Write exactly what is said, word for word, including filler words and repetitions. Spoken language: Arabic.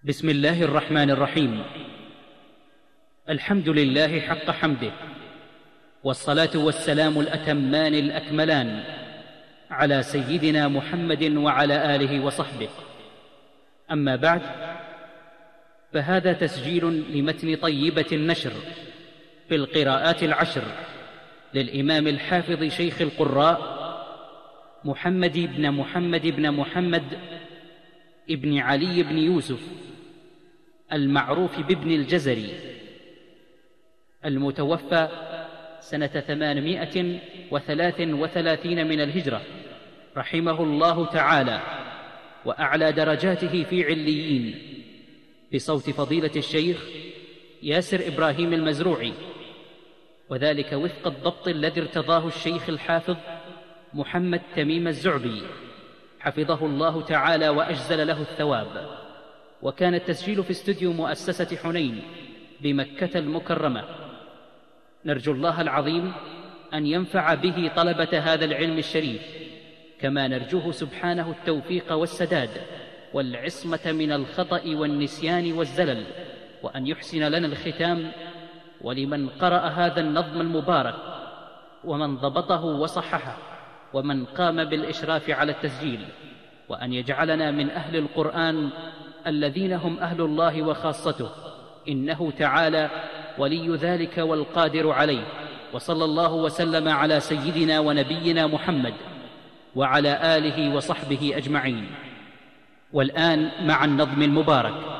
بسم الله الرحمن الرحيم. الحمد لله حق حمده، والصلاة والسلام الأتمان الأكملان على سيدنا محمد وعلى آله وصحبه. أما بعد، فهذا تسجيل لمتن طيبة النشر في القراءات العشر للإمام الحافظ شيخ القراء محمد بن محمد بن محمد ابن علي بن يوسف المعروف بابن الجزري، المتوفى سنة ثمانمائة وثلاث وثلاثين من الهجرة، رحمه الله تعالى وأعلى درجاته في عليين، بصوت فضيلة الشيخ ياسر إبراهيم المزروعي، وذلك وفق الضبط الذي ارتضاه الشيخ الحافظ محمد تميم الزعبي حفظه الله تعالى وأجزل له الثواب. وكان التسجيل في استوديو مؤسسة حنين بمكة المكرمة. نرجو الله العظيم أن ينفع به طلبة هذا العلم الشريف، كما نرجوه سبحانه التوفيق والسداد والعصمة من الخطأ والنسيان والزلل، وأن يحسن لنا الختام. ولمن قرأ هذا النظم المبارك ومن ضبطه وصححه ومن قام بالإشراف على التسجيل، وأن يجعلنا من أهل القرآن الذين هم أهل الله وخاصته، إنه تعالى ولي ذلك والقادر عليه. وصلى الله وسلم على سيدنا ونبينا محمد وعلى آله وصحبه أجمعين. والآن مع النظم المبارك.